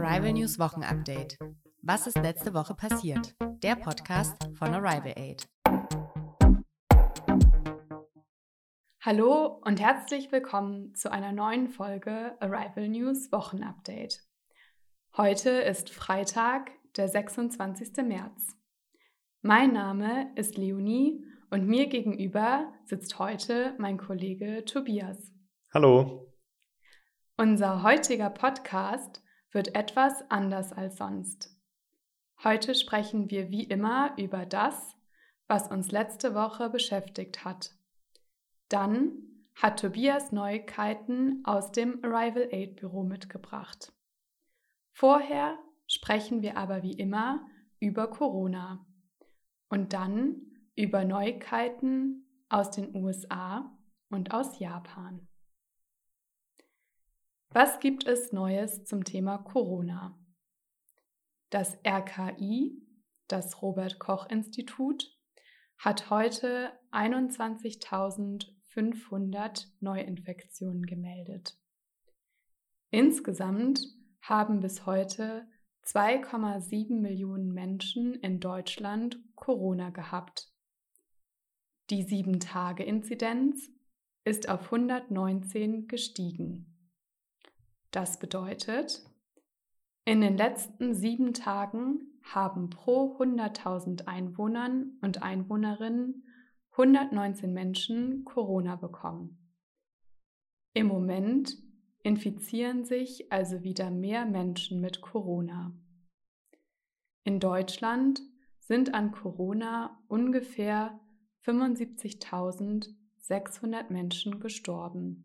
Arrival News Wochenupdate. Was ist letzte Woche passiert? Der Podcast von Arrival Aid. Hallo und herzlich willkommen zu einer neuen Folge Arrival News Wochenupdate. Heute ist Freitag, der 26. März. Mein Name ist Leonie und mir gegenüber sitzt heute mein Kollege Tobias. Hallo. Unser heutiger Podcast wird etwas anders als sonst. Heute sprechen wir wie immer über das, was uns letzte Woche beschäftigt hat. Dann hat Tobias Neuigkeiten aus dem Arrival Aid Büro mitgebracht. Vorher sprechen wir aber wie immer über Corona und dann über Neuigkeiten aus den USA und aus Japan. Was gibt es Neues zum Thema Corona? Das RKI, das Robert-Koch-Institut, hat heute 21.500 Neuinfektionen gemeldet. Insgesamt haben bis heute 2,7 Millionen Menschen in Deutschland Corona gehabt. Die 7-Tage-Inzidenz ist auf 119 gestiegen. Das bedeutet, in den letzten 7 Tagen haben pro 100.000 Einwohnern und Einwohnerinnen 119 Menschen Corona bekommen. Im Moment infizieren sich also wieder mehr Menschen mit Corona. In Deutschland sind an Corona ungefähr 75.600 Menschen gestorben.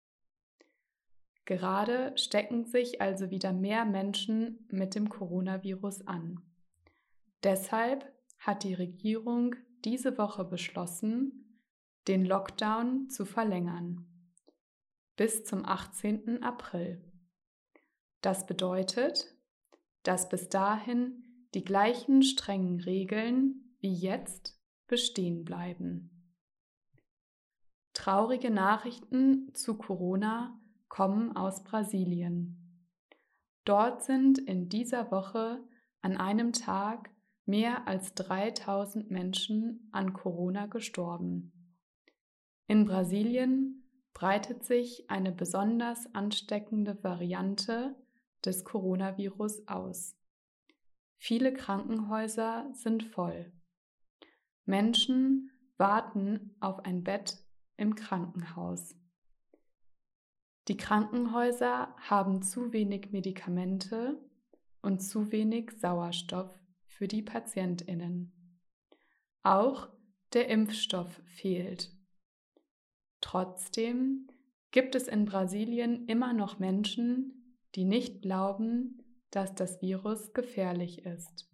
Gerade stecken sich also wieder mehr Menschen mit dem Coronavirus an. Deshalb hat die Regierung diese Woche beschlossen, den Lockdown zu verlängern bis zum 18. April. Das bedeutet, dass bis dahin die gleichen strengen Regeln wie jetzt bestehen bleiben. Traurige Nachrichten zu Corona kommen aus Brasilien. Dort sind in dieser Woche an einem Tag mehr als 3.000 Menschen an Corona gestorben. In Brasilien breitet sich eine besonders ansteckende Variante des Coronavirus aus. Viele Krankenhäuser sind voll. Menschen warten auf ein Bett im Krankenhaus. Die Krankenhäuser haben zu wenig Medikamente und zu wenig Sauerstoff für die PatientInnen. Auch der Impfstoff fehlt. Trotzdem gibt es in Brasilien immer noch Menschen, die nicht glauben, dass das Virus gefährlich ist.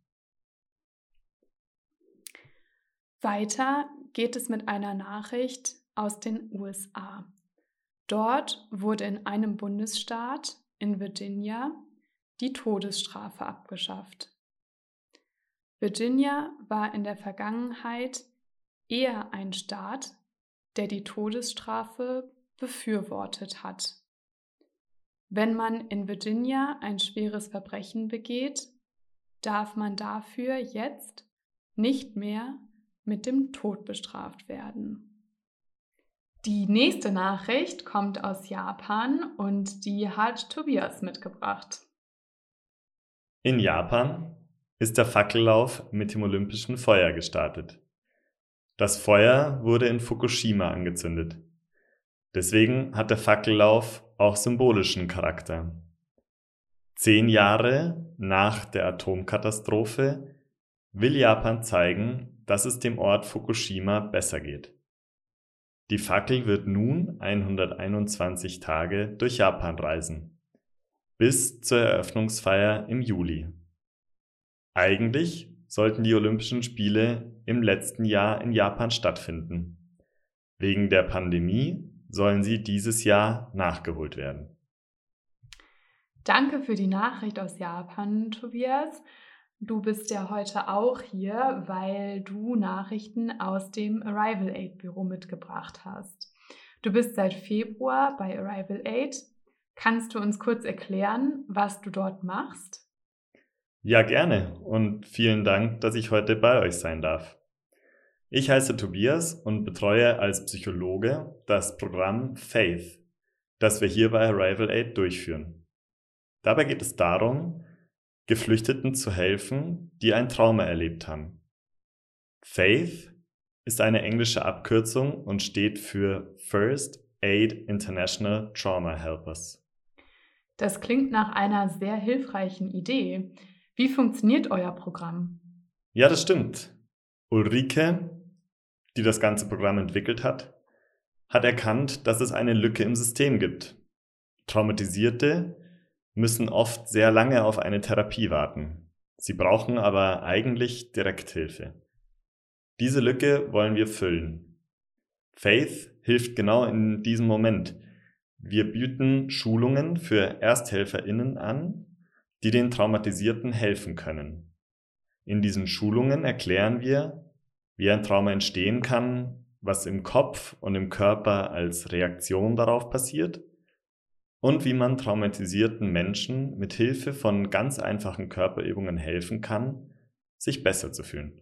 Weiter geht es mit einer Nachricht aus den USA. Dort wurde in einem Bundesstaat, in Virginia, die Todesstrafe abgeschafft. Virginia war in der Vergangenheit eher ein Staat, der die Todesstrafe befürwortet hat. Wenn man in Virginia ein schweres Verbrechen begeht, darf man dafür jetzt nicht mehr mit dem Tod bestraft werden. Die nächste Nachricht kommt aus Japan und die hat Tobias mitgebracht. In Japan ist der Fackellauf mit dem Olympischen Feuer gestartet. Das Feuer wurde in Fukushima angezündet. Deswegen hat der Fackellauf auch symbolischen Charakter. 10 Jahre nach der Atomkatastrophe will Japan zeigen, dass es dem Ort Fukushima besser geht. Die Fackel wird nun 121 Tage durch Japan reisen, bis zur Eröffnungsfeier im Juli. Eigentlich sollten die Olympischen Spiele im letzten Jahr in Japan stattfinden. Wegen der Pandemie sollen sie dieses Jahr nachgeholt werden. Danke für die Nachricht aus Japan, Tobias. Du bist ja heute auch hier, weil du Nachrichten aus dem Arrival Aid Büro mitgebracht hast. Du bist seit Februar bei Arrival Aid. Kannst du uns kurz erklären, was du dort machst? Ja, gerne und vielen Dank, dass ich heute bei euch sein darf. Ich heiße Tobias und betreue als Psychologe das Programm Faith, das wir hier bei Arrival Aid durchführen. Dabei geht es darum, Geflüchteten zu helfen, die ein Trauma erlebt haben. Faith ist eine englische Abkürzung und steht für First Aid International Trauma Helpers. Das klingt nach einer sehr hilfreichen Idee. Wie funktioniert euer Programm? Ja, das stimmt. Ulrike, die das ganze Programm entwickelt hat erkannt, dass es eine Lücke im System gibt. Traumatisierte müssen oft sehr lange auf eine Therapie warten. Sie brauchen aber eigentlich Direkthilfe. Diese Lücke wollen wir füllen. Faith hilft genau in diesem Moment. Wir bieten Schulungen für ErsthelferInnen an, die den Traumatisierten helfen können. In diesen Schulungen erklären wir, wie ein Trauma entstehen kann, was im Kopf und im Körper als Reaktion darauf passiert und wie man traumatisierten Menschen mit Hilfe von ganz einfachen Körperübungen helfen kann, sich besser zu fühlen.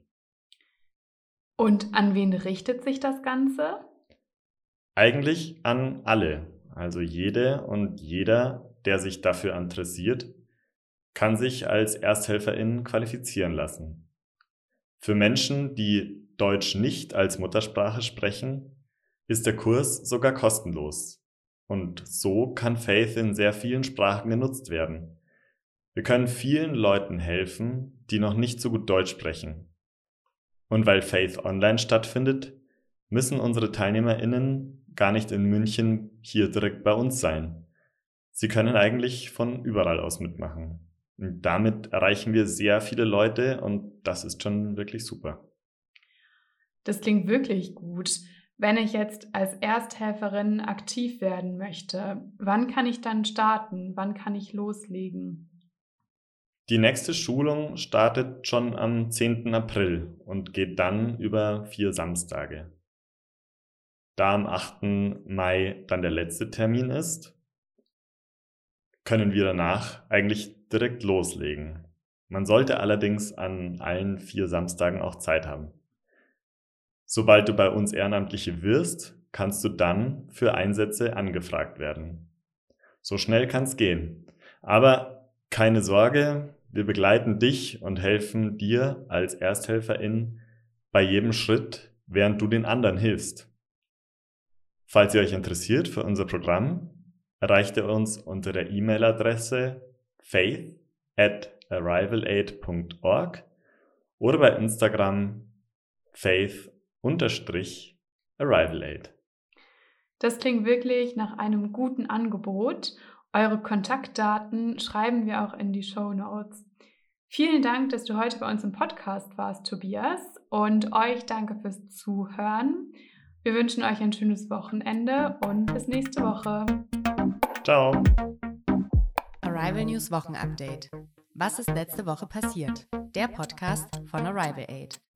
Und an wen richtet sich das Ganze? Eigentlich an alle, also jede und jeder, der sich dafür interessiert, kann sich als ErsthelferIn qualifizieren lassen. Für Menschen, die Deutsch nicht als Muttersprache sprechen, ist der Kurs sogar kostenlos. Und so kann Faith in sehr vielen Sprachen genutzt werden. Wir können vielen Leuten helfen, die noch nicht so gut Deutsch sprechen. Und weil Faith online stattfindet, müssen unsere TeilnehmerInnen gar nicht in München hier direkt bei uns sein. Sie können eigentlich von überall aus mitmachen. Und damit erreichen wir sehr viele Leute und das ist schon wirklich super. Das klingt wirklich gut. Wenn ich jetzt als Ersthelferin aktiv werden möchte, wann kann ich dann starten? Wann kann ich loslegen? Die nächste Schulung startet schon am 10. April und geht dann über 4 Samstage. Da am 8. Mai dann der letzte Termin ist, können wir danach eigentlich direkt loslegen. Man sollte allerdings an allen 4 Samstagen auch Zeit haben. Sobald du bei uns Ehrenamtliche wirst, kannst du dann für Einsätze angefragt werden. So schnell kann es gehen. Aber keine Sorge, wir begleiten dich und helfen dir als Ersthelferin bei jedem Schritt, während du den anderen hilfst. Falls ihr euch interessiert für unser Programm, erreicht ihr uns unter der E-Mail-Adresse faith@arrivalaid.org oder bei Instagram faith_arrivalaid. Das klingt wirklich nach einem guten Angebot. Eure Kontaktdaten schreiben wir auch in die Shownotes. Vielen Dank, dass du heute bei uns im Podcast warst, Tobias, und euch danke fürs Zuhören. Wir wünschen euch ein schönes Wochenende und bis nächste Woche. Ciao. Arrival News Wochenupdate. Was ist letzte Woche passiert? Der Podcast von Arrival Aid.